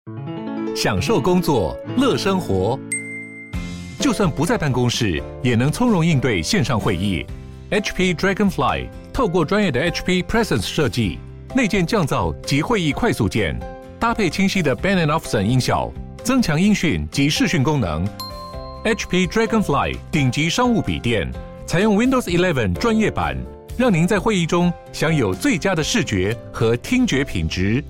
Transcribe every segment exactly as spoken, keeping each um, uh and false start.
享受工作，乐生活。就算不在办公室，也能从容应对线上会议。H P Dragonfly 透过专业的 H P Presence 设计，内建降噪及会议快速键，搭配清晰的 Bang and Olufsen 音效，增强音讯及视讯功能。H P Dragonfly 顶级商务笔电，采用 Windows 十一专业版，让您在会议中享有最佳的视觉和听觉品质。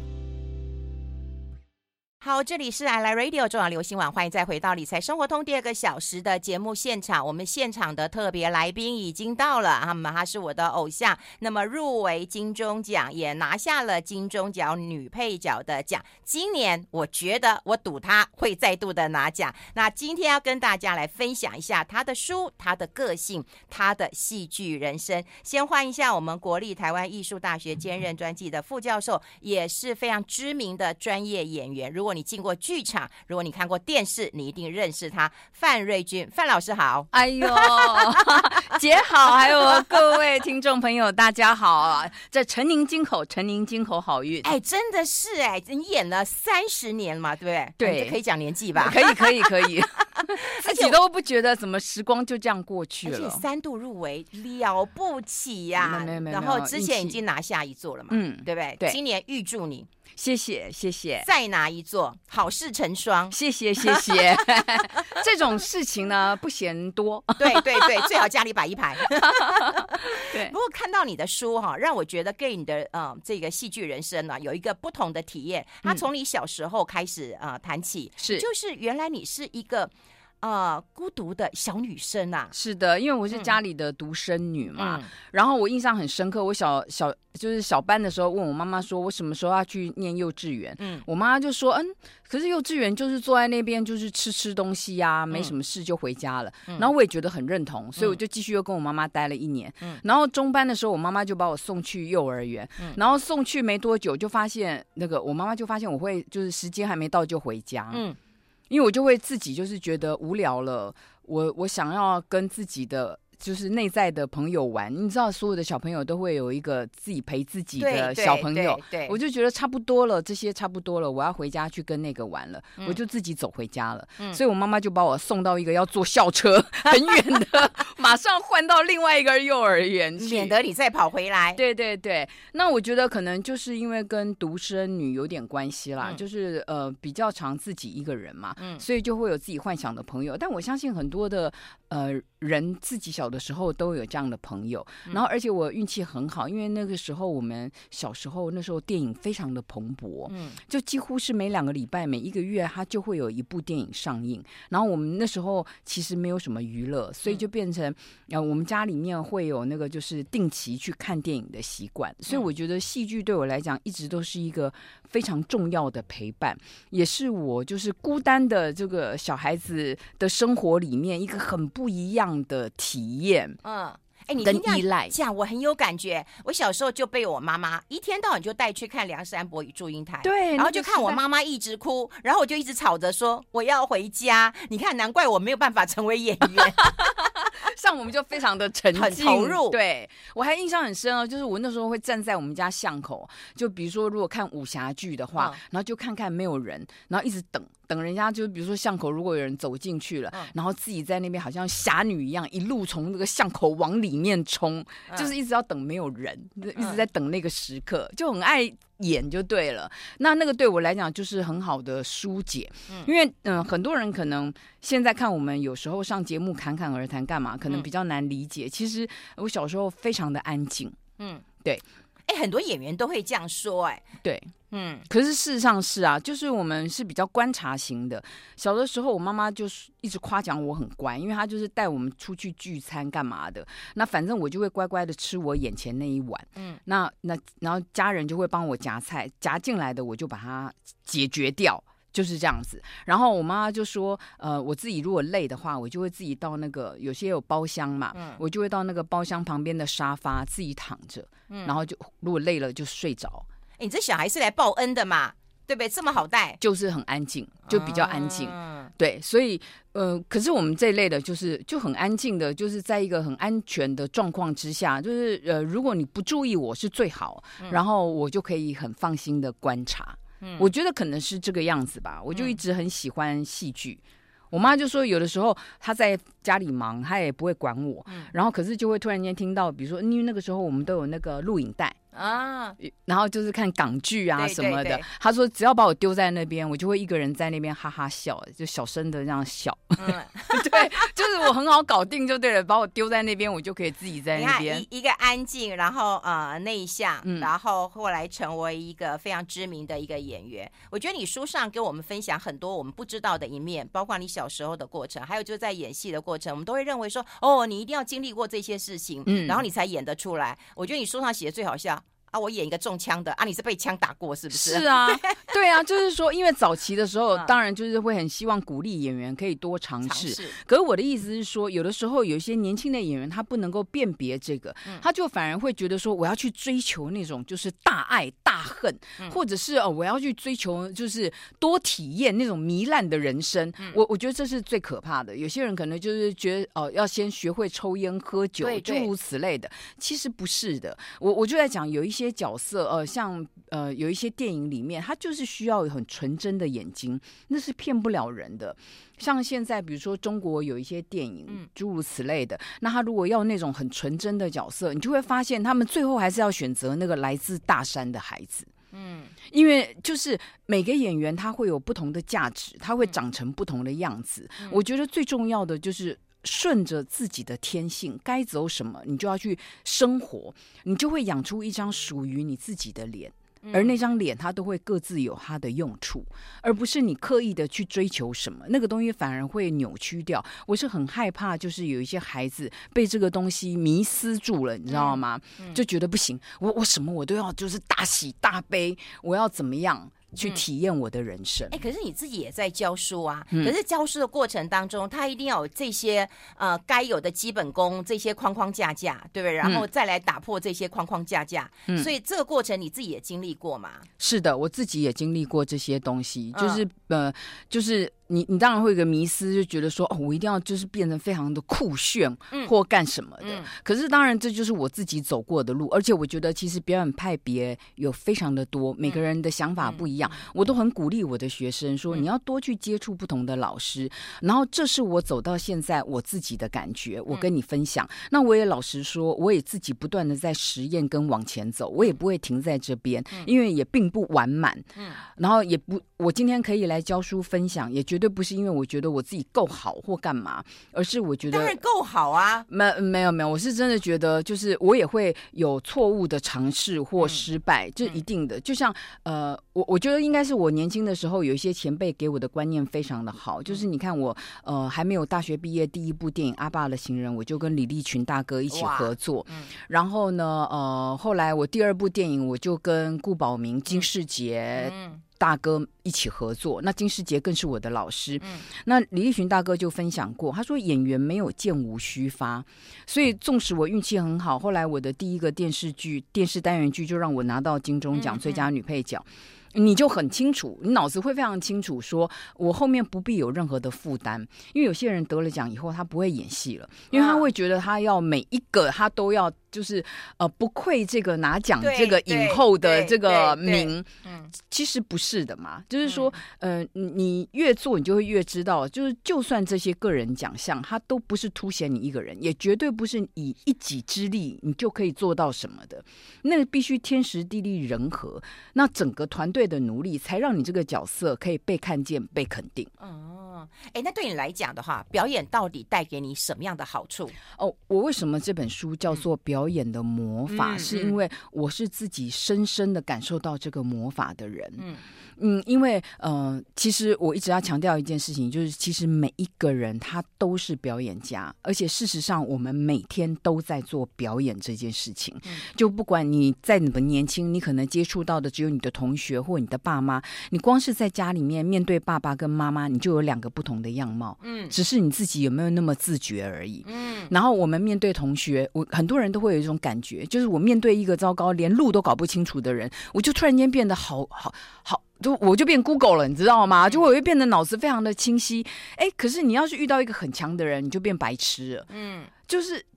好，这里是 I Like Radio 中央流行网，欢迎再回到理财生活通第二个小时的节目现场。我们现场的特别来宾已经到了，他们他是我的偶像，那么入围金钟奖，也拿下了金钟奖女配角的奖。今年我觉得我赌他会再度的拿奖。那今天要跟大家来分享一下他的书、他的个性、他的戏剧人生。先欢迎一下我们国立台湾艺术大学兼任专技的副教授，也是非常知名的专业演员。如果你进过剧场，如果你看过电视，你一定认识他，范瑞君。范老师好。 哎呦姐好，还有各位听众朋友大家好，这承您金口，承您金口好运。 哎，真的是哎，你演了三十年嘛，对不对？ 对， 你可以讲年纪吧？ 可以可以可以自己都不觉得怎么时光就这样过去了。 而且三度入围了不起呀、啊！然后之前已经拿下一座了嘛，嗯，对不对？ 对， 今年预祝你。 谢谢谢谢， 再拿一座，好事成双。 谢谢谢谢这种事情呢不嫌多， 对对对，最好家里摆一排对， 不过看到你的书哈，让我觉得跟你的呃这个戏剧人生呢、啊、有一个不同的体验。他从你小时候开始呃谈起， 是就是原来你是一个呃，孤独的小女生啊。 是的，因为我是家里的独生女嘛、 嗯、 然后我印象很深刻，我小小就是小班的时候问我妈妈说我什么时候要去念幼稚园，嗯，我妈就说嗯，可是幼稚园就是坐在那边就是吃吃东西啊、嗯、没什么事就回家了、嗯、然后我也觉得很认同，所以我就继续又跟我妈妈待了一年、嗯、然后中班的时候我妈妈就把我送去幼儿园、嗯、然后送去没多久就发现那个我妈妈就发现我会就是时间还没到就回家，嗯，因为我就会自己就是觉得无聊了，我我想要跟自己的就是内在的朋友玩，你知道所有的小朋友都会有一个自己陪自己的小朋友， 对对对， 我就觉得差不多了，这些差不多了，我要回家去跟那个玩了、嗯、我就自己走回家了、嗯、所以我妈妈就把我送到一个要坐校车很远的马上换到另外一个幼儿园去， 免得你再跑回来。 对对对，那我觉得可能就是因为跟独生女有点关系啦、嗯、就是呃比较常自己一个人嘛、嗯、所以就会有自己幻想的朋友，但我相信很多的呃人自己小的时候都有这样的朋友、嗯、然后而且我运气很好，因为那个时候我们小时候那时候电影非常的蓬勃、嗯、就几乎是每两个礼拜每一个月它就会有一部电影上映，然后我们那时候其实没有什么娱乐，所以就变成、嗯呃、我们家里面会有那个就是定期去看电影的习惯，所以我觉得戏剧对我来讲一直都是一个非常重要的陪伴，也是我就是孤单的这个小孩子的生活里面一个很不一样的体验。 嗯，哎，你听这样讲，我很有感觉。我小时候就被我妈妈一天到晚就带去看梁山伯与祝英台， 对， 然后就看我妈妈一直哭，然后我就一直吵着说我要回家。你看，难怪我没有办法成为演员。 像我们就非常的沉浸， 很投入。 对，我还印象很深哦，就是我那时候会站在我们家巷口，就比如说如果看武侠剧的话、嗯，然后就看看没有人，然后一直等等人家，就比如说巷口如果有人走进去了、嗯，然后自己在那边好像侠女一样，一路从那个巷口往里面冲、嗯，就是一直要等没有人，一直在等那个时刻，就很爱演就对了。那那个对我来讲就是很好的疏解，嗯、因为嗯、呃，很多人可能现在看我们有时候上节目侃侃而谈干嘛，可能比较难理解。嗯、其实我小时候非常的安静，嗯，对。 哎，很多演员都会这样说、哎， 对，嗯，可是事实上是啊，就是我们是比较观察型的。小的时候，我妈妈就是一直夸奖我很乖，因为她就是带我们出去聚餐干嘛的。那反正我就会乖乖的吃我眼前那一碗，嗯，那那然后家人就会帮我夹菜，夹进来的我就把它解决掉。就是这样子，然后我妈妈就说，呃，我自己如果累的话，我就会自己到那个有些有包厢嘛，嗯、我就会到那个包厢旁边的沙发自己躺着，嗯、然后就如果累了就睡着。 你这小孩是来报恩的嘛，对不对？这么好带， 就是很安静，就比较安静，嗯、对，所以呃，可是我们这一类的，就是就很安静的，就是在一个很安全的状况之下，就是呃，如果你不注意我是最好，嗯、然后我就可以很放心的观察。 嗯，我觉得可能是这个样子吧。我就一直很喜欢戏剧。嗯，我妈就说，有的时候她在家里忙，她也不会管我，嗯，然后可是就会突然间听到，比如说，因为那个时候我们都有那个录影带啊，然后就是看港剧啊什么的。她说只要把我丢在那边，我就会一个人在那边哈哈笑，就小声的这样笑。嗯，对，就是我很好搞定就对了，把我丢在那边，我就可以自己在那边。 你看，一一个安静，然后呃内向，嗯，然后后来成为一个非常知名的一个演员。我觉得你书上给我们分享很多我们不知道的一面，包括你小时候的过程，还有就是在演戏的过程，我们都会认为说，哦，你一定要经历过这些事情，嗯，然后你才演得出来。我觉得你书上写的最好笑。啊，我演一个中枪的啊，你是被枪打过是不是？ 是啊，对啊，就是说，因为早期的时候，嗯，当然就是会很希望鼓励演员可以多尝试。可是我的意思是说，有的时候有一些年轻的演员，他不能够辨别这个，嗯，他就反而会觉得说，我要去追求那种就是大爱大恨，嗯，或者是哦，我要去追求就是多体验那种糜烂的人生。嗯，我我觉得这是最可怕的。有些人可能就是觉得哦，要先学会抽烟喝酒，诸如此类的。其实不是的，我我就在讲有一些。些角色呃，像呃有一些电影里面，他就是需要很纯真的眼睛，那是骗不了人的。像现在比如说中国有一些电影，嗯，诸如此类的，那他如果要那种很纯真的角色，你就会发现他们最后还是要选择那个来自大山的孩子。嗯，因为就是每个演员他会有不同的价值，他会长成不同的样子。嗯，我觉得最重要的就是顺着自己的天性，该走什么你就要去生活，你就会养出一张属于你自己的脸，而那张脸它都会各自有它的用处，而不是你刻意的去追求什么，那个东西反而会扭曲掉。我是很害怕就是有一些孩子被这个东西迷思住了，你知道吗？嗯，就觉得不行，我我什么我都要就是大喜大悲，我要怎么样去体验我的人生。 哎、嗯，可是你自己也在教书啊、嗯，可是教书的过程当中，他一定要有这些呃该有的基本功，这些框框架架，对不对？然后再来打破这些框框架架。嗯，所以这个过程你自己也经历过嘛？ 是的，我自己也经历过这些东西，就是、嗯、呃，就是你你当然会有一个迷思，就觉得说哦，我一定要就是变成非常的酷炫或干什么的、嗯嗯。可是当然这就是我自己走过的路，而且我觉得其实表演派别有非常的多，每个人的想法不一样。嗯嗯，我都很鼓励我的学生说，你要多去接触不同的老师，然后这是我走到现在我自己的感觉，我跟你分享。那我也老实说，我也自己不断的在实验跟往前走，我也不会停在这边，因为也并不完满。然后也不，我今天可以来教书分享，也绝对不是因为我觉得我自己够好或干嘛，而是我觉得当然够好啊。 没没有没有，我是真的觉得就是我也会有错误的尝试或失败，这一定的。就像呃，我我觉得。觉得应该是我年轻的时候有一些前辈给我的观念非常的好，就是你看我呃还没有大学毕业，第一部电影《阿爸的情人》我就跟李立群大哥一起合作，嗯、然后呢呃后来我第二部电影我就跟顾宝明、金士杰大哥一起合作，那金士杰更是我的老师。嗯、那李立群大哥就分享过，他说演员没有箭无虚发，所以纵使我运气很好，后来我的第一个电视剧电视单元剧就让我拿到金钟奖最佳女配角。嗯嗯，你就很清楚，你脑子会非常清楚说我后面不必有任何的负担，因为有些人得了奖以后他不会演戏了，因为他会觉得他要每一个他都要就是呃不愧这个拿奖这个影后的这个名，其实不是的嘛，就是说呃你越做你就会越知道，就是就算这些个人奖项它都不是凸显你一个人，也绝对不是以一己之力你就可以做到什么的，那必须天时地利人和，那整个团队的努力才让你这个角色可以被看见被肯定。 哦，哎，那对你来讲的话，表演到底带给你什么样的好处？ 哦，我为什么这本书叫做表演的魔法、嗯、是因为我是自己深深的感受到这个魔法的人。嗯嗯，因为呃，其实我一直要强调一件事情，就是其实每一个人他都是表演家，而且事实上我们每天都在做表演这件事情、嗯、就不管你再怎么年轻，你可能接触到的只有你的同学或你的爸妈，你光是在家里面面对爸爸跟妈妈，你就有两个不同的样貌，嗯，只是你自己有没有那么自觉而已。嗯，然后我们面对同学，我很多人都会有一种感觉，就是我面对一个糟糕连路都搞不清楚的人，我就突然间变得好好好，就我就变 Google 了，你知道吗？就我会变得脑子非常的清晰。哎，可是你要是遇到一个很强的人，你就变白痴了。嗯，就是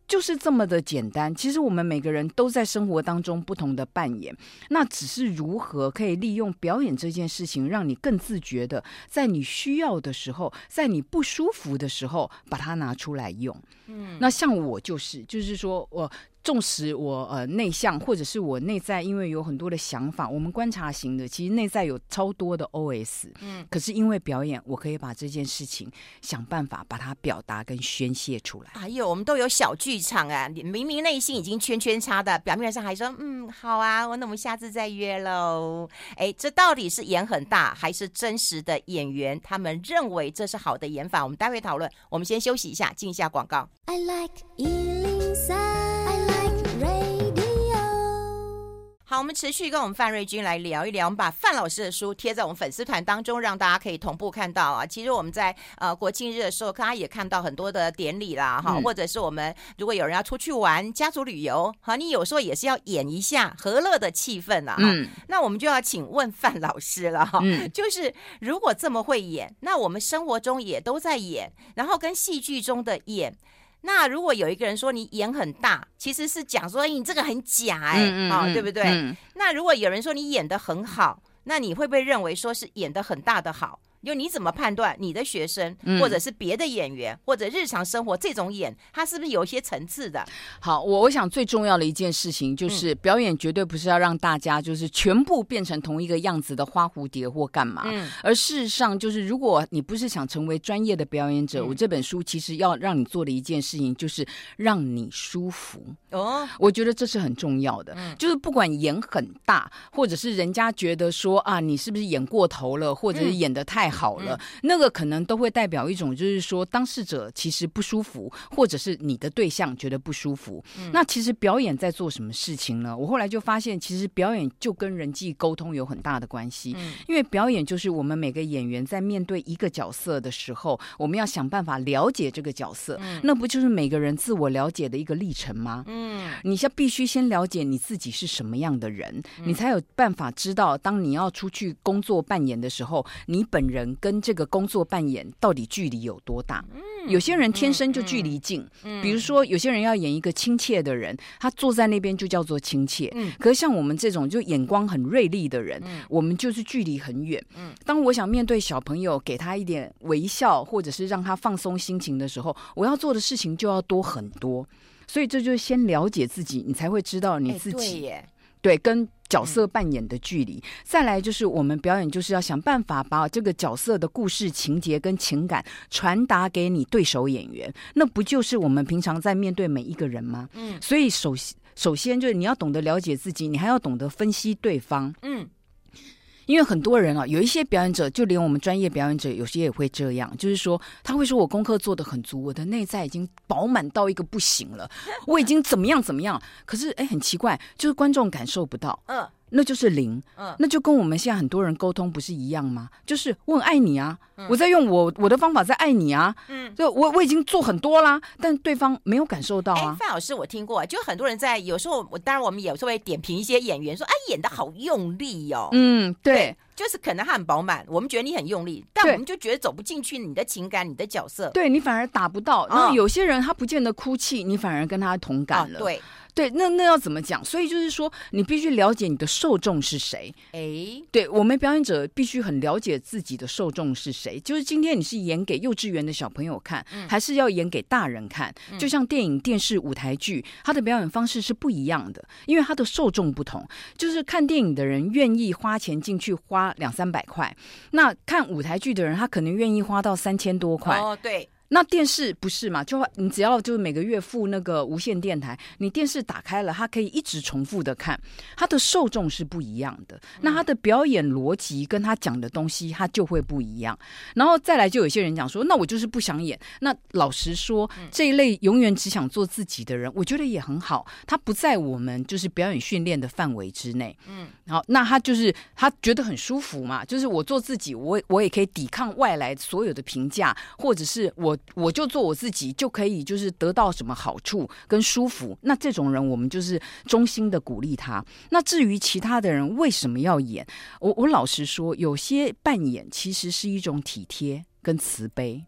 就是这么的简单。其实我们每个人都在生活当中不同的扮演，那只是如何可以利用表演这件事情，让你更自觉的在你需要的时候，在你不舒服的时候把它拿出来用。嗯，那像我就是就是说我纵使我呃内向，或者是我内在因为有很多的想法，我们观察型的其实内在有超多的 O S， 嗯，可是因为表演，我可以把这件事情想办法把它表达跟宣泄出来。 哎呦，我们都有小剧场啊，明明内心已经圈圈叉的，表面上还说嗯好啊，那我们下次再约喽。哎，这到底是演很大，还是真实的演员他们认为这是好的演法？我们待会讨论。我们先休息一下，进一下广告。I like 一零三 I like radio。 好，我们持续跟我们范瑞君来聊一聊，我们把范老师的书贴在我们粉丝团当中，让大家可以同步看到啊。其实我们在呃国庆日的时候，大家也看到很多的典礼啦，哈、嗯，或者是我们如果有人要出去玩、家族旅游，哈，你有时候也是要演一下和乐的气氛啊。嗯，那我们就要请问范老师了哈、嗯，就是如果这么会演，那我们生活中也都在演，然后跟戏剧中的演。那如果有一个人说你演很大，其实是讲说你这个很假哎、欸嗯嗯哦，对不对、嗯？那如果有人说你演得很好，那你会不会认为说是演得很大的好？就你怎么判断你的学生、嗯、或者是别的演员或者日常生活这种演，它是不是有一些层次的？ 好，我我想最重要的一件事情就是、嗯、表演绝对不是要让大家就是全部变成同一个样子的花蝴蝶或干嘛、嗯、而事实上就是如果你不是想成为专业的表演者、嗯、我这本书其实要让你做的一件事情就是让你舒服哦，我觉得这是很重要的、嗯、就是不管演很大或者是人家觉得说啊你是不是演过头了或者是演得太好了、嗯、那个可能都会代表一种就是说当事者其实不舒服，或者是你的对象觉得不舒服、嗯、那其实表演在做什么事情呢？我后来就发现其实表演就跟人际沟通有很大的关系、嗯、因为表演就是我们每个演员在面对一个角色的时候，我们要想办法了解这个角色、嗯、那不就是每个人自我了解的一个历程吗？嗯，你先必须先了解你自己是什么样的人、嗯、你才有办法知道当你要出去工作扮演的时候，你本人跟这个工作扮演到底距离有多大、嗯、有些人天生就距离近、嗯、比如说有些人要演一个亲切的人，他坐在那边就叫做亲切、嗯、可是像我们这种就眼光很锐利的人、嗯、我们就是距离很远、嗯、当我想面对小朋友给他一点微笑或者是让他放松心情的时候，我要做的事情就要多很多，所以这就是先了解自己，你才会知道你自己、欸、对耶，对，跟角色扮演的距离、嗯、再来就是我们表演就是要想办法把这个角色的故事情节跟情感传达给你对手演员，那不就是我们平常在面对每一个人吗？嗯，所以首首先就是你要懂得了解自己，你还要懂得分析对方。嗯，因为很多人啊，有一些表演者，就连我们专业表演者，有些也会这样，就是说他会说我功课做得很足，我的内在已经饱满到一个不行了，我已经怎么样怎么样，可是哎，很奇怪，就是观众感受不到，嗯，那就是零，嗯，那就跟我们现在很多人沟通不是一样吗？就是我很爱你啊，嗯、我在用我我的方法在爱你啊，嗯，就我我已经做很多啦，但对方没有感受到啊。 范老师，我听过，就很多人在有时候，我当然我们有时候会点评一些演员说，哎，演得好用力哦， 嗯，对。对， 就是可能他很饱满，我们觉得你很用力，但我们就觉得走不进去你的情感，你的角色， 对，你反而打不到。然后有些人他不见得哭泣，你反而跟他同感了。哦、对对，那那要怎么讲？所以就是说，你必须了解你的受众是谁。哎，对，我们表演者必须很了解自己的受众是谁。就是今天你是演给幼稚园的小朋友看，嗯、还是要演给大人看？嗯、就像电影、电视、舞台剧，它的表演方式是不一样的，因为它的受众不同。就是看电影的人愿意花钱进去花两三百块，那看舞台剧的人他可能愿意花到三千多块。哦，对。那电视不是嘛？就你只要就是每个月付那个无线电台，你电视打开了，它可以一直重复的看，它的受众是不一样的。那它的表演逻辑跟他讲的东西，它就会不一样。然后再来，就有些人讲说，那我就是不想演。那老实说，这一类永远只想做自己的人，我觉得也很好。他不在我们就是表演训练的范围之内。嗯，好，那他就是他觉得很舒服嘛，就是我做自己，我我也可以抵抗外来所有的评价，或者是我。我就做我自己就可以就是得到什么好处跟舒服，那这种人我们就是衷心的鼓励他。那至于其他的人为什么要演，我我老实说，有些扮演其实是一种体贴跟慈悲。 哎，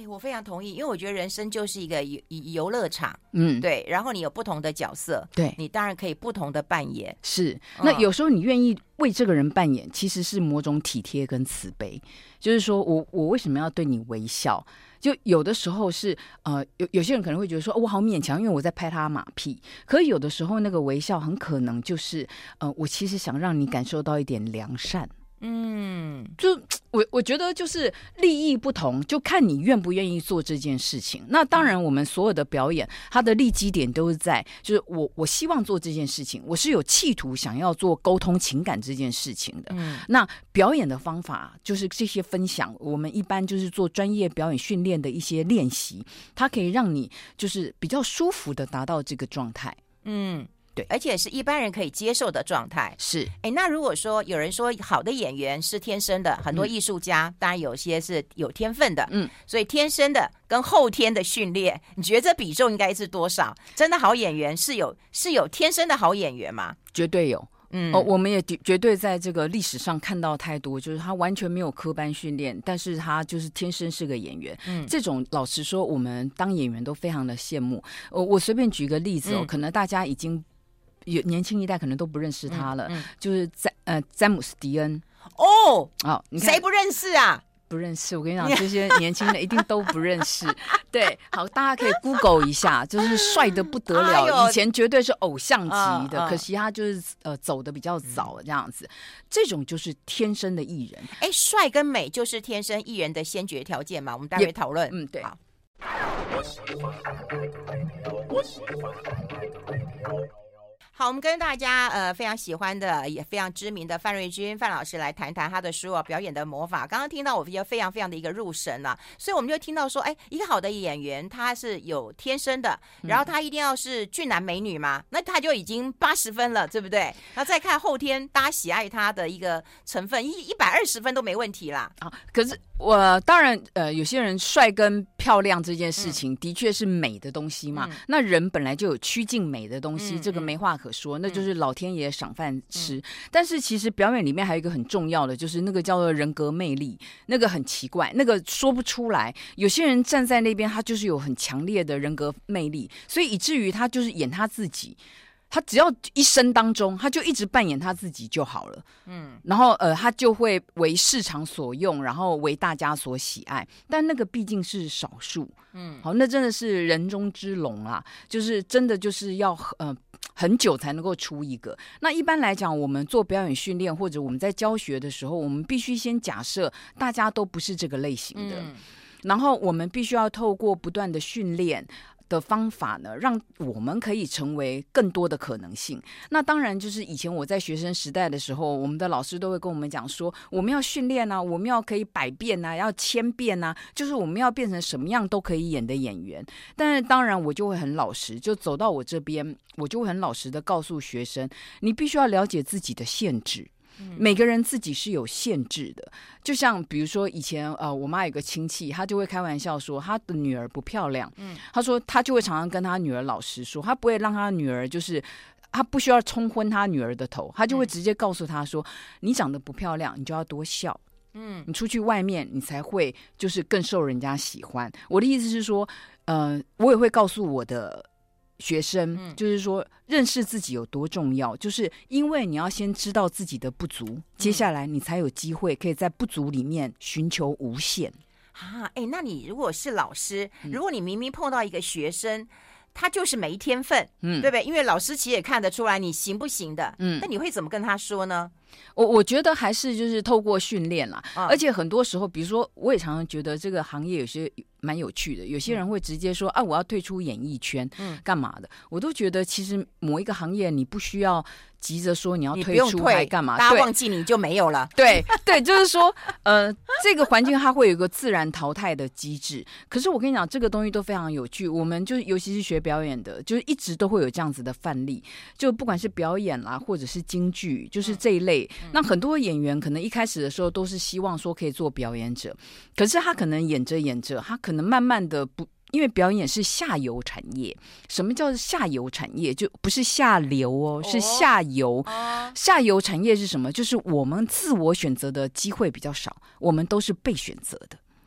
哎，我非常同意，因为我觉得人生就是一个游游乐场， 嗯， 对，然后你有不同的角色， 对， 你当然可以不同的扮演。 是，那有时候你愿意为这个人扮演，其实是某种体贴跟慈悲，就是说我我为什么要对你微笑？就有的时候是呃，有有些人可能会觉得说、哦、我好勉强，因为我在拍他马屁。可是有的时候那个微笑很可能就是呃，我其实想让你感受到一点良善。嗯，就我我觉得就是利益不同，就看你愿不愿意做这件事情。那当然，我们所有的表演，它的立基点都是在，就是我我希望做这件事情，我是有企图想要做沟通情感这件事情的。嗯，那表演的方法就是这些分享，我们一般就是做专业表演训练的一些练习，它可以让你就是比较舒服的达到这个状态。嗯。对， 而且是一般人可以接受的状态。 是， 哎，那如果说有人说好的演员是天生的，很多艺术家、嗯、当然有些是有天分的，嗯，所以天生的跟后天的训练，你觉得这比重应该是多少？真的好演员是有是有天生的好演员吗？ 绝对有。嗯，哦，我们也绝对在这个历史上看到太多，就是他完全没有科班训练，但是他就是天生是个演员。嗯，这种老实说，我们当演员都非常的羡慕。我我随便举个例子哦，嗯、可能大家已经。有年轻一代可能都不认识他了，嗯嗯、就是詹呃詹姆斯迪恩哦，哦，谁不认识啊？ 不认识，我跟你讲，这些年轻人一定都不认识。对，好，大家可以 Google 一下，就是帅得不得了，哎、以前绝对是偶像级的，嗯、可惜他就是呃走得比较早这样子，这种就是天生的艺人。 哎，帅跟美就是天生艺人的先决条件嘛？我们待会讨论。 嗯，对。 好。好，我们跟大家呃非常喜欢的也非常知名的范瑞君范老师来谈谈他的书啊，表演的魔法。刚刚听到我觉得非常非常的一个入神了、啊，所以我们就听到说，哎，一个好的演员他是有天生的，然后他一定要是俊男美女嘛，那他就已经八十分了，对不对？然后再看后天大家喜爱他的一个成分，一一百二十分都没问题啦。 啊，可是我当然呃，有些人帅跟漂亮这件事情、嗯、的确是美的东西嘛、嗯，那人本来就有趋近美的东西，嗯、这个没话可说，那就是老天爷赏饭吃、嗯。但是其实表演里面还有一个很重要的，就是那个叫做人格魅力，那个很奇怪，那个说不出来。有些人站在那边，他就是有很强烈的人格魅力，所以以至于他就是演他自己。他只要一生当中，他就一直扮演他自己就好了，嗯，然后呃，他就会为市场所用，然后为大家所喜爱。但那个毕竟是少数，嗯，好，那真的是人中之龙啊，就是真的就是要呃很久才能够出一个。那一般来讲，我们做表演训练或者我们在教学的时候，我们必须先假设大家都不是这个类型的，嗯、然后我们必须要透过不断的训练。的方法呢，让我们可以成为更多的可能性。那当然就是以前我在学生时代的时候，我们的老师都会跟我们讲说，我们要训练啊，我们要可以百变啊，要千变啊，就是我们要变成什么样都可以演的演员。但是当然我就会很老实，就走到我这边，我就会很老实的告诉学生，你必须要了解自己的限制。每个人自己是有限制的，就像比如说以前呃，我妈有个亲戚，她就会开玩笑说她的女儿不漂亮，嗯，她说她就会常常跟她女儿老实说，她不会让她女儿就是她不需要冲昏她女儿的头，她就会直接告诉她说，你长得不漂亮，你就要多笑。嗯，你出去外面，你才会就是更受人家喜欢。我的意思是说，呃，我也会告诉我的学生、嗯、就是说认识自己有多重要，就是因为你要先知道自己的不足、嗯、接下来你才有机会可以在不足里面寻求无限啊。哎，那你如果是老师、嗯、如果你明明碰到一个学生他就是没天分，嗯，对不对？因为老师其实也看得出来你行不行的，嗯，那你会怎么跟他说呢？ 我我觉得还是就是透过训练啦、嗯、而且很多时候比如说我也常常觉得这个行业有些蛮有趣的，有些人会直接说、嗯、啊我要退出演艺圈、嗯、干嘛的，我都觉得其实某一个行业你不需要急着说你要退出还干嘛， 大家忘记你就没有了。 对对，就是说呃这个环境它会有一个自然淘汰的机制，可是我跟你讲这个东西都非常有趣，我们就尤其是学表演的就是一直都会有这样子的范例，就不管是表演啦或者是京剧，就是这一类、嗯、那很多演员可能一开始的时候都是希望说可以做表演者，可是他可能演着演着他可能慢慢的不，因为表演是下游产业。什么叫下游产业？就不是下流哦，是下游、哦、下游产业是什么？就是我们自我选择的机会比较少，我们都是被选择的。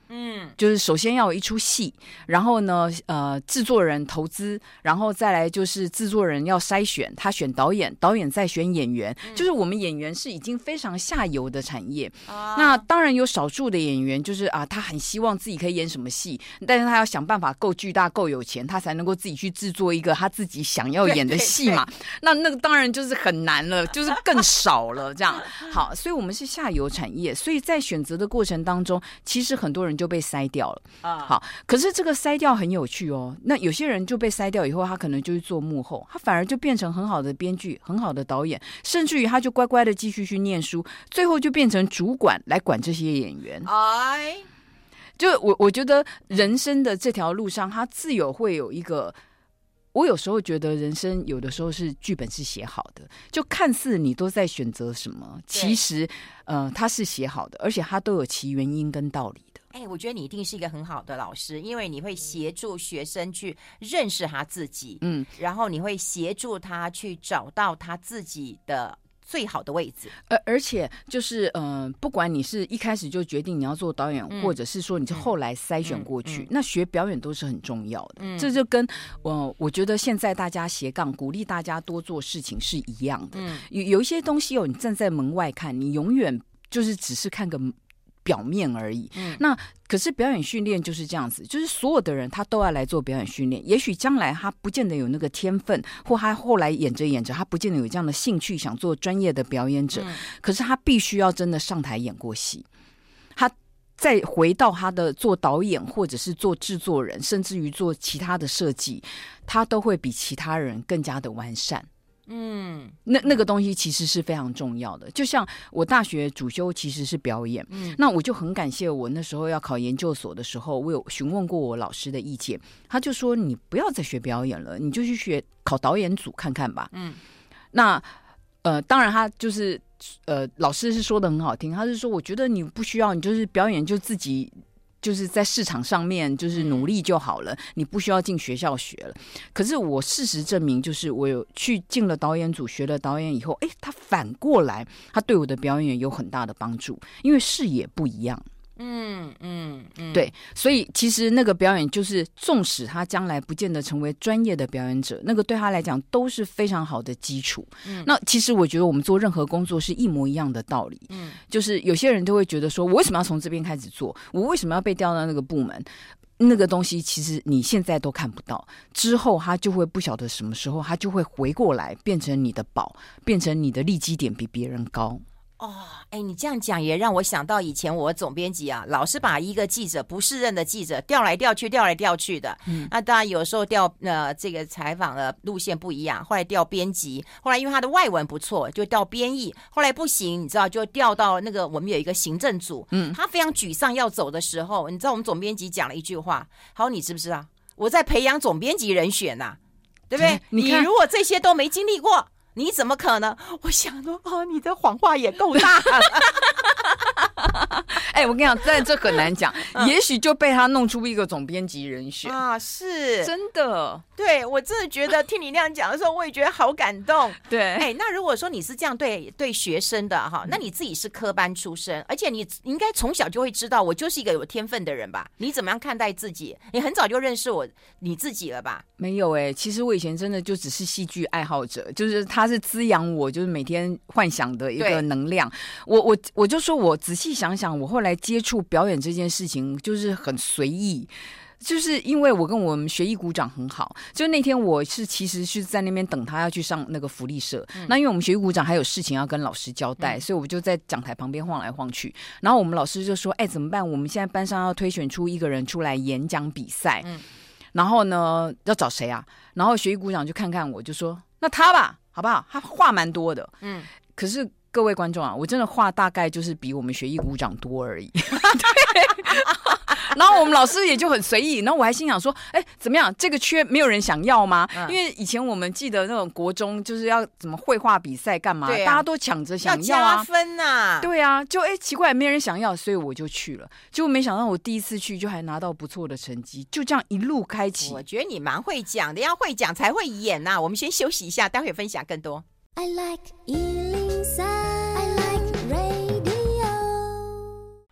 嗯，就是首先要有一出戏，然后呢，呃，制作人投资，然后再来就是制作人要筛选，他选导演，导演再选演员，嗯、就是我们演员是已经非常下游的产业。啊、那当然有少数的演员，就是啊，他很希望自己可以演什么戏，但是他要想办法够巨大、够有钱，他才能够自己去制作一个他自己想要演的戏嘛。对对对，那那个当然就是很难了，就是更少了这样。好，所以我们是下游产业，所以在选择的过程当中，其实很多人就被筛掉了啊。好，可是这个筛掉很有趣哦。那有些人就被筛掉以后，他可能就去做幕后，他反而就变成很好的编剧、很好的导演，甚至于他就乖乖的继续去念书，最后就变成主管来管这些演员。哎，就我我觉得人生的这条路上，他自有会有一个。我有时候觉得人生有的时候是剧本是写好的，就看似你都在选择什么，其实呃它是写好的，而且它都有其原因跟道理的。 哎、欸，我觉得你一定是一个很好的老师，因为你会协助学生去认识他自己，嗯，然后你会协助他去找到他自己的最好的位置。 而而且就是呃，不管你是一开始就决定你要做导演，嗯、或者是说你是后来筛选过去，嗯嗯、那学表演都是很重要的。嗯、这就跟我、呃、我觉得现在大家斜杠鼓励大家多做事情是一样的。嗯、有有一些东西哦，你站在门外看，你永远就是只是看个表面而已。嗯、那可是表演训练就是这样子，就是所有的人他都要来做表演训练。也许将来他不见得有那个天分，或他后来演着演着他不见得有这样的兴趣想做专业的表演者，嗯、可是他必须要真的上台演过戏，他再回到他的做导演或者是做制作人，甚至于做其他的设计，他都会比其他人更加的完善。嗯，那那个东西其实是非常重要的。就像我大学主修其实是表演，嗯，那我就很感谢我那时候要考研究所的时候，我有询问过我老师的意见，他就说你不要再学表演了，你就去学考导演组看看吧。嗯，那呃，当然他就是呃，老师是说的很好听，他是说我觉得你不需要，你就是表演就自己。就是在市场上面就是努力就好了，你不需要进学校学了。可是我事实证明，就是我有去进了导演组学了导演以后，哎，他反过来他对我的表演有很大的帮助，因为视野不一样。嗯嗯嗯，对，所以其实那个表演就是，纵使他将来不见得成为专业的表演者，那个对他来讲都是非常好的基础。嗯，那其实我觉得我们做任何工作是一模一样的道理。嗯，就是有些人都会觉得说，我为什么要从这边开始做？我为什么要被调到那个部门？那个东西其实你现在都看不到，之后他就会不晓得什么时候他就会回过来，变成你的宝，变成你的利基点比别人高。 哦，哎，你这样讲也让我想到以前我总编辑啊，老是把一个记者不适任的记者调来调去，调来调去的。嗯，那当然有时候调呃这个采访的路线不一样，后来调编辑，后来因为他的外文不错，就调编译，后来不行，你知道就调到那个我们有一个行政组。嗯，他非常沮丧要走的时候，你知道我们总编辑讲了一句话，好，你知不知道我在培养总编辑人选呐、啊，对不对？你, 你如果这些都没经历过。你怎么可能？我想说，哦，你的谎话也够大了。 哎、欸，我跟你讲，但这很难讲，嗯、也许就被他弄出一个总编辑人选啊，是真的。 对，我真的觉得听你那样讲的时候，我也觉得好感动。 对， 哎、欸，那如果说你是这样对对学生的哈，那你自己是科班出身，而且你应该从小就会知道，我就是一个有天分的人吧？你怎么样看待自己？你很早就认识我你自己了吧？ 没有哎、欸，其实我以前真的就只是戏剧爱好者，就是他是滋养我，就是每天幻想的一个能量。我我我就说我仔细想想，我后来接触表演这件事情，就是很随意。就是因为我跟我们学艺股长很好，就那天我是其实是在那边等他要去上那个福利社、嗯、那因为我们学艺股长还有事情要跟老师交代、嗯、所以我就在讲台旁边晃来晃去，然后我们老师就说哎怎么办，我们现在班上要推选出一个人出来演讲比赛、嗯、然后呢要找谁啊，然后学艺股长就看看我就说那他吧好不好，他话蛮多的，嗯，可是各位观众啊，我真的话大概就是比我们学艺股长多而已对然后我们老师也就很随意，然后我还心想说哎怎么样，这个缺没有人想要吗、嗯、因为以前我们记得那种国中就是要怎么绘画比赛干嘛、啊、大家都抢着想要啊， 要加分啊， 对啊，就哎奇怪没人想要，所以我就去了，结果没想到我第一次去就还拿到不错的成绩，就这样一路开启。 我觉得你蛮会讲的，要会讲才会演啊。我们先休息一下，待会分享更多。I like 一零三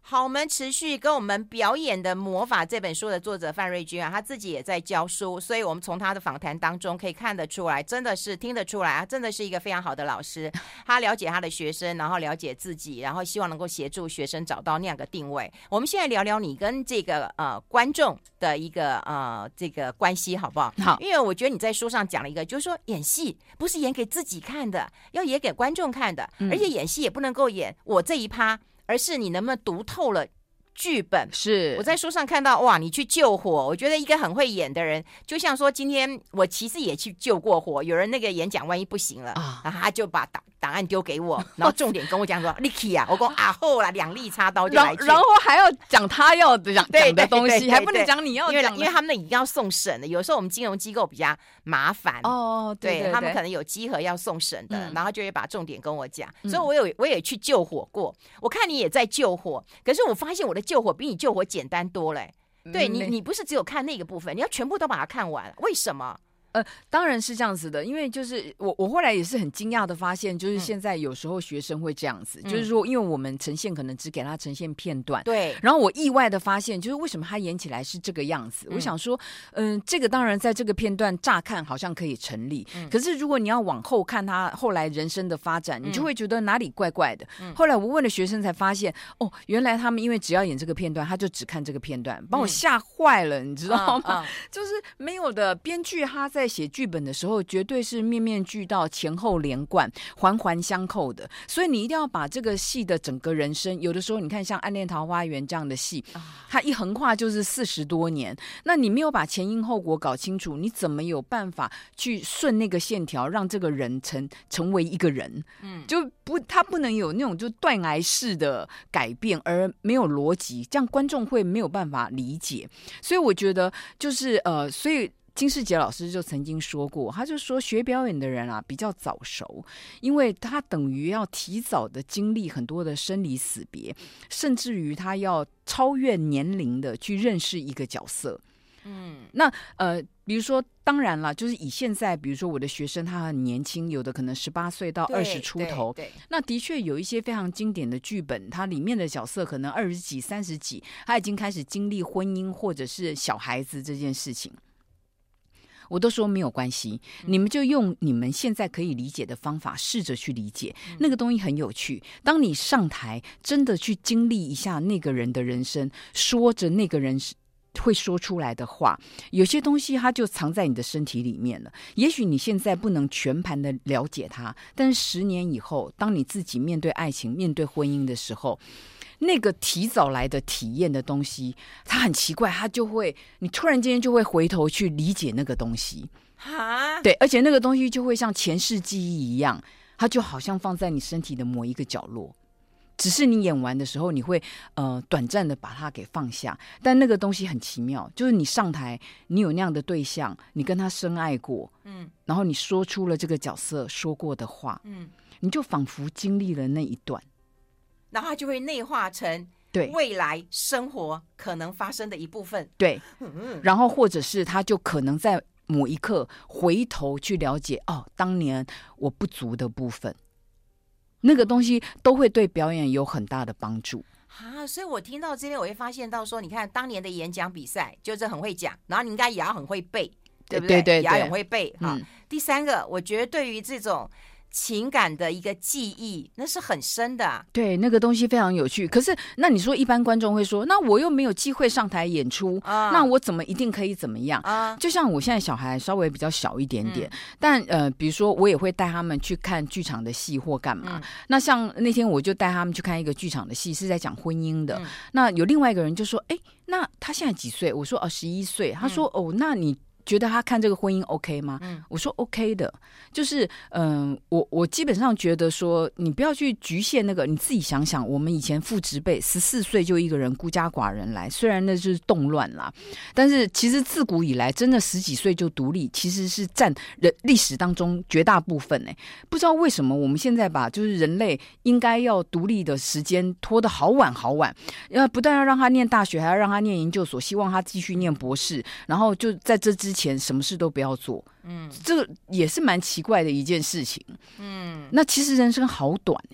好，我们持续跟我们表演的魔法这本书的作者范瑞君啊，他自己也在教书，所以我们从他的访谈当中可以看得出来，真的是听得出来，他真的是一个非常好的老师。他了解他的学生，然后了解自己，然后希望能够协助学生找到那样的定位。我们现在聊聊你跟这个呃观众的一个呃这个关系好不好？ 好， 因为我觉得你在书上讲了一个，就是说演戏不是演给自己看的，要演给观众看的，嗯、而且演戏也不能够演我这一趴。而是你能不能读透了剧本？是我在书上看到，哇，你去救火，我觉得一个很会演的人，就像说今天我其实也去救过火，有人那个演讲万一不行了，啊、然后他就把档档案丢给我，然后重点跟我讲说，Licky 啊，我说啊后啦，两肋插刀就来去， 然后还要讲他要讲讲的东西，还不能讲你要讲的， 因为因为他们已经要送审了，有时候我们金融机构比较麻烦哦，对, 对, 对, 对他们可能有稽核要送审的，嗯、然后就会把重点跟我讲， 嗯、 所以我有我也去救火过，我看你也在救火，可是我发现我的救火比你救火简单多了、欸，对你你不是只有看那个部分，你要全部都把它看完，为什么？ 呃，当然是这样子的，因为就是我我后来也是很惊讶的发现，就是现在有时候学生会这样子，嗯、就是说，因为我们呈现可能只给他呈现片段， 对。 然后我意外的发现，就是为什么他演起来是这个样子？嗯、我想说，嗯、呃，这个当然在这个片段乍看好像可以成立，嗯、可是如果你要往后看他后来人生的发展，你就会觉得哪里怪怪的。嗯、后来我问了学生才发现，哦，原来他们因为只要演这个片段，他就只看这个片段，把我吓坏了，你知道吗？嗯嗯、就是没有的编剧他在写剧本的时候。绝对是面面俱到，前后连贯，环环相扣的。所以你一定要把这个戏的整个人生，有的时候你看像《暗恋桃花源》这样的戏，它一横跨就是四十多年，那你没有把前因后果搞清楚，你怎么有办法去顺那个线条，让这个人成成为一个人？嗯，就不他不能有那种就断崖式的改变，而没有逻辑，这样观众会没有办法理解。所以我觉得就是呃，所以。金士杰老师就曾经说过，他就说学表演的人啊比较早熟，因为他等于要提早的经历很多的生离死别，甚至于他要超越年龄的去认识一个角色。嗯，那呃，比如说，当然了，就是以现在，比如说我的学生他很年轻，有的可能十八岁到二十出头，那的确有一些非常经典的剧本，它里面的角色可能二十几、三十几，他已经开始经历婚姻或者是小孩子这件事情。我都说没有关系，你们就用你们现在可以理解的方法试着去理解，那个东西很有趣。当你上台真的去经历一下那个人的人生，说着那个人会说出来的话，有些东西它就藏在你的身体里面了。也许你现在不能全盘的了解它，但是十年以后，当你自己面对爱情、面对婚姻的时候，那个提早来的体验的东西，它很奇怪，它就会，你突然间就会回头去理解那个东西， 哈， 对，而且那个东西就会像前世记忆一样，它就好像放在你身体的某一个角落，只是你演完的时候，你会呃短暂的把它给放下，但那个东西很奇妙，就是你上台，你有那样的对象，你跟他深爱过，嗯，然后你说出了这个角色说过的话，嗯，你就仿佛经历了那一段。 然后它就会内化成未来生活可能发生的一部分。 对，然后或者是他就可能在某一刻回头去了解，哦，当年我不足的部分，那个东西都会对表演有很大的帮助。 啊，所以我听到这边，我会发现到说，你看当年的演讲比赛，就是很会讲，然后你应该也要很会背，对不对？ 对对对， 也要很会背哈、嗯。第三个，我觉得对于这种情感的一个记忆，那是很深的、啊。 对，那个东西非常有趣。可是，那你说一般观众会说，那我又没有机会上台演出，啊、那我怎么一定可以怎么样？啊、就像我现在小孩稍微比较小一点点，嗯、但呃，比如说我也会带他们去看剧场的戏或干嘛。嗯、那像那天我就带他们去看一个剧场的戏，是在讲婚姻的。嗯、那有另外一个人就说：“哎，那他现在几岁？”我说：“哦，十一岁。”他说：“嗯、哦，那你觉得他看这个婚姻 OK 吗？”嗯、我说 OK 的，就是嗯、呃，我我基本上觉得说，你不要去局限那个，你自己想想，我们以前父执辈十四岁就一个人孤家寡人来，虽然那就是动乱啦，但是其实自古以来，真的十几岁就独立，其实是占人历史当中绝大部分哎、欸。不知道为什么我们现在把就是人类应该要独立的时间拖得好晚好晚，要不但要让他念大学，还要让他念研究所，希望他继续念博士，然后就在这之前什么事都不要做。嗯，这个也是蛮奇怪的一件事情。嗯，那其实人生好短哎、欸，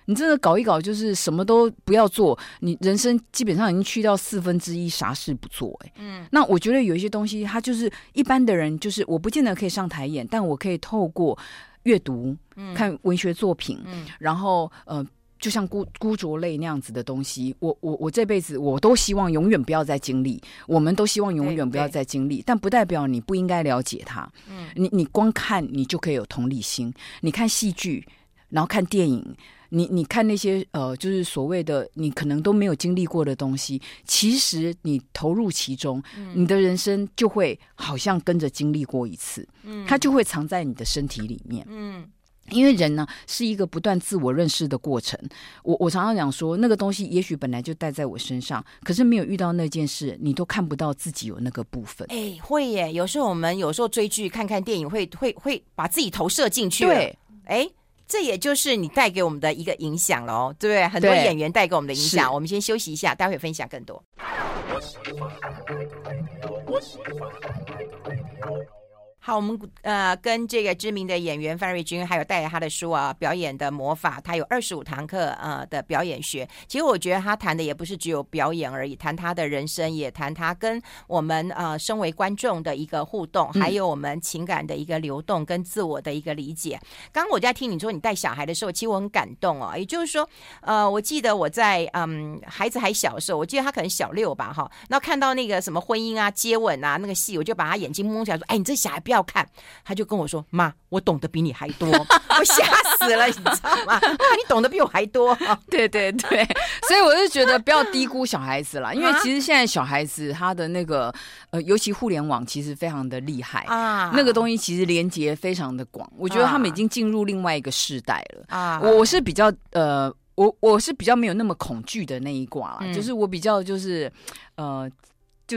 你真的搞一搞，就是什么都不要做，你人生基本上已经去到四分之一，啥事不做、欸。嗯，那我觉得有一些东西，它就是一般的人，就是我不见得可以上台演，但我可以透过阅读、嗯、看文学作品，嗯、然后呃。就像孤孤酌类那样子的东西，我我我这辈子我都希望永远不要再经历，我们都希望永远不要再经历，但不代表你不应该了解它。嗯，你你光看你就可以有同理心，你看戏剧，然后看电影，你你看那些呃，就是所谓的你可能都没有经历过的东西，其实你投入其中，嗯、你的人生就会好像跟着经历过一次，嗯，它就会藏在你的身体里面，嗯。因为人呢是一个不断自我认识的过程，我我常常讲说，那个东西也许本来就带在我身上，可是没有遇到那件事，你都看不到自己有那个部分。 哎，会耶！有时候我们有时候追剧、看看电影会，会会把自己投射进去。 对， 哎，这也就是你带给我们的一个影响喽，对不对？很多演员带给我们的影响。我们先休息一下，待会分享更多。好，我们呃跟这个知名的演员范瑞君，还有带着他的书啊，表演的魔法，他有二十五堂课呃的表演学。其实我觉得他谈的也不是只有表演而已，谈他的人生，也谈他跟我们呃身为观众的一个互动，还有我们情感的一个流动跟自我的一个理解。刚刚我在听你说你带小孩的时候，其实我很感动哦。也就是说，呃，我记得我在嗯孩子还小的时候，我记得他可能小六吧哈，然后看到那个什么婚姻啊、接吻啊那个戏，我就把他眼睛蒙起来说：“哎，你这小孩不要。”要看，他就跟我说：“妈，我懂得比你还多。”我吓死了，你知道吗？哇，你懂得比我还多。 对对对，所以我就觉得不要低估小孩子啦，因为其实现在小孩子他的那个呃，尤其互联网其实非常的厉害啊，那个东西其实连接非常的广，我觉得他们已经进入另外一个世代了啊。我我是比较呃，我我是比较没有那么恐惧的那一挂啦，嗯、就是我比较就是呃，就是。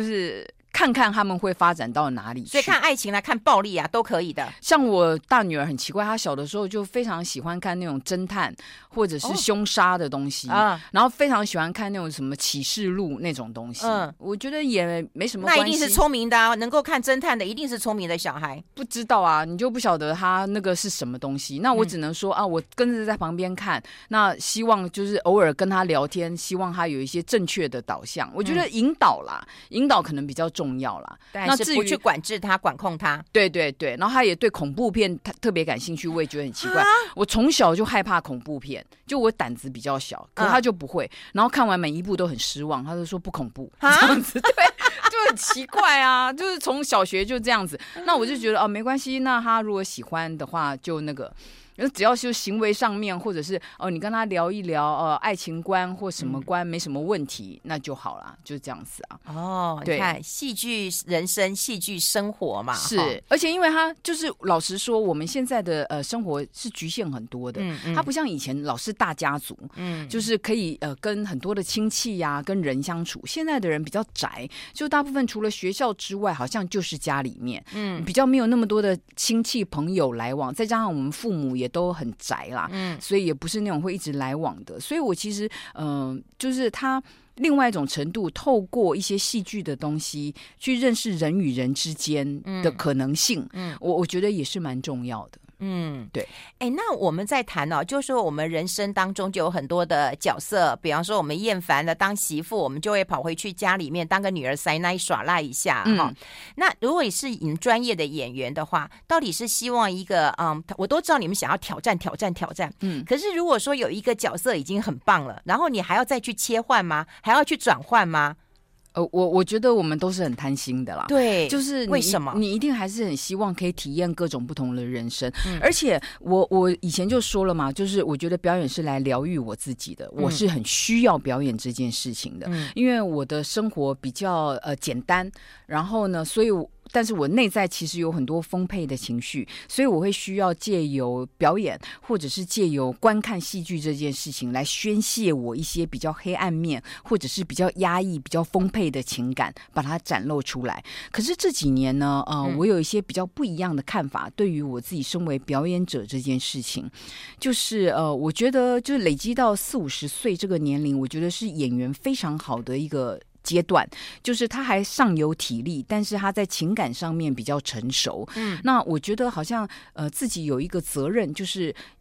看看他们会发展到哪里去， 所以看爱情啦，看暴力啊，都可以的。 像我大女儿很奇怪，她小的时候就非常喜欢看那种侦探或者是凶杀的东西、哦、然后非常喜欢看那种什么启示录那种东西。嗯，我觉得也没什么关系。 那一定是聪明的啊，能够看侦探的一定是聪明的小孩。 不知道啊，你就不晓得他那个是什么东西。那我只能说、嗯、啊，我跟着在旁边看，那希望就是偶尔跟他聊天，希望他有一些正确的导向。我觉得引导啦，嗯、引导可能比较重要。重要啦， 但是不去管制他、管控他。 对对对，然后他也对恐怖片他特别感兴趣，我也觉得很奇怪。啊、我从小就害怕恐怖片，就我胆子比较小，可是他就不会。嗯、然后看完每一部都很失望，他就说不恐怖，这样子对，就很奇怪啊，就是从小学就这样子。那我就觉得哦，没关系，那他如果喜欢的话，就那个。只要是行为上面，或者是哦，你跟他聊一聊呃爱情观或什么观、嗯、没什么问题，那就好了，就是这样子啊。 哦，你看戏剧人生、戏剧生活嘛， 是，哦、而且因为他就是老实说，我们现在的呃生活是局限很多的，嗯嗯，他不像以前老是大家族，嗯，就是可以呃跟很多的亲戚呀、啊、跟人相处。现在的人比较窄，就大部分除了学校之外，好像就是家里面，嗯，比较没有那么多的亲戚朋友来往，再加上我们父母也都很宅啦，嗯，所以也不是那种会一直来往的。所以我其实，嗯、呃，就是他另外一种程度，透过一些戏剧的东西去认识人与人之间的可能性，嗯，我我觉得也是蛮重要的。嗯，对。 哎，那我们在谈哦，就是说我们人生当中就有很多的角色，比方说我们厌烦了当媳妇，我们就会跑回去家里面当个女儿塞奶耍赖一下哈、嗯哦。那如果你是你们专业的演员的话，到底是希望一个嗯，我都知道你们想要挑战挑战挑战，嗯，可是如果说有一个角色已经很棒了，然后你还要再去切换吗？还要去转换吗？ 呃，我我觉得我们都是很贪心的啦， 对， 就是为什么你一定还是很希望可以体验各种不同的人生，嗯、而且我我以前就说了嘛，就是我觉得表演是来疗愈我自己的，嗯、我是很需要表演这件事情的，嗯、因为我的生活比较呃简单，然后呢，所以我。但是我内在其实有很多丰沛的情绪，所以我会需要借由表演或者是借由观看戏剧这件事情来宣泄我一些比较黑暗面或者是比较压抑比较丰沛的情感，把它展露出来。可是这几年呢呃，嗯、我有一些比较不一样的看法，对于我自己身为表演者这件事情，就是呃，我觉得就是累积到四五十岁这个年龄，我觉得是演员非常好的一个阶段，就是他还尚有体力，但是他在情感上面比较成熟。嗯，那我觉得好像呃自己有一个责任，就是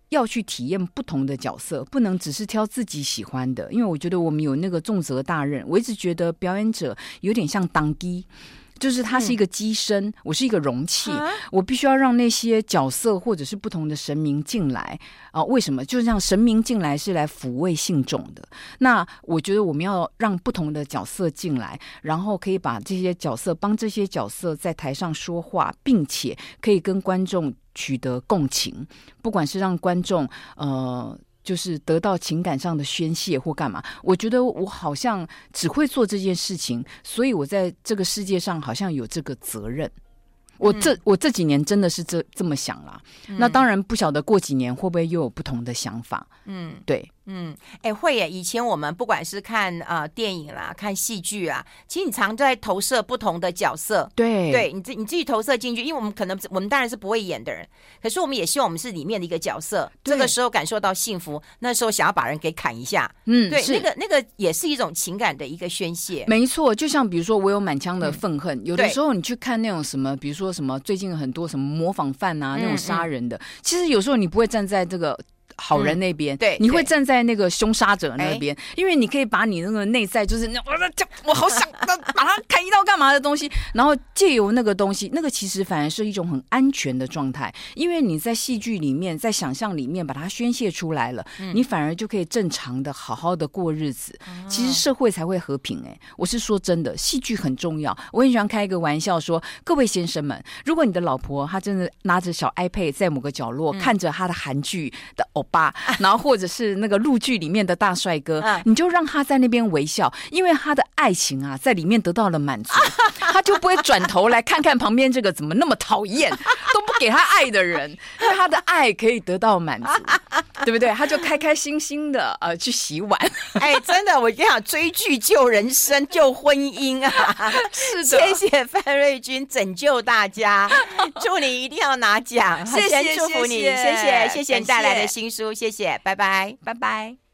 要去体验不同的角色，不能只是挑自己喜欢的，因为我觉得我们有那个重责大任。我一直觉得表演者有点像当机，就是它是一个机身、嗯、我是一个容器、啊、我必须要让那些角色或者是不同的神明进来啊、呃，为什么？就像神明进来是来抚慰信众的，那我觉得我们要让不同的角色进来，然后可以把这些角色帮这些角色在台上说话，并且可以跟观众取得共情，不管是让观众呃就是得到情感上的宣泄或干嘛，我觉得我好像只会做这件事情，所以我在这个世界上好像有这个责任。我这、嗯、我这几年真的是这这么想啦、嗯、那当然不晓得过几年会不会又有不同的想法。嗯，对。 嗯，哎，会耶！以前我们不管是看呃电影啦、看戏剧啊，其实你常在投射不同的角色。 对， 对你自你自己投射进去，因为我们可能我们当然是不会演的人，可是我们也希望我们是里面的一个角色。这个时候感受到幸福，那时候想要把人给砍一下。嗯，对，那个那个也是一种情感的一个宣泄。 没错，就像比如说我有满腔的愤恨、嗯，有的时候你去看那种什么，比如说什么最近很多什么模仿犯啊，嗯、那种杀人的、嗯嗯，其实有时候你不会站在这个好人那边、嗯，对，你会站在那个凶杀者那边，因为你可以把你那个内在就是那我好想把他砍一刀干嘛的东西，然后借由那个东西，那个其实反而是一种很安全的状态，因为你在戏剧里面，在想象里面把它宣泄出来了、嗯，你反而就可以正常的好好的过日子，哦、其实社会才会和平、欸。哎，我是说真的，戏剧很重要。我很喜欢开一个玩笑说，各位先生们，如果你的老婆她真的拿着小 iPad 在某个角落、嗯、看着她的韩剧的欧巴，然后或者是那个陆剧里面的大帅哥、嗯、你就让他在那边微笑，因为他的爱情啊在里面得到了满足，他就不会转头来看看旁边这个怎么那么讨厌都不给他爱的人，因为他的爱可以得到满足，对不对？他就开开心心的呃去洗碗。 哎，真的，我跟你讲，追剧救人生救婚姻啊。是的，谢谢范瑞君拯救大家，祝你一定要拿奖。 谢谢， 祝福你，谢谢谢谢你带来的新书，谢谢，拜拜， 拜拜。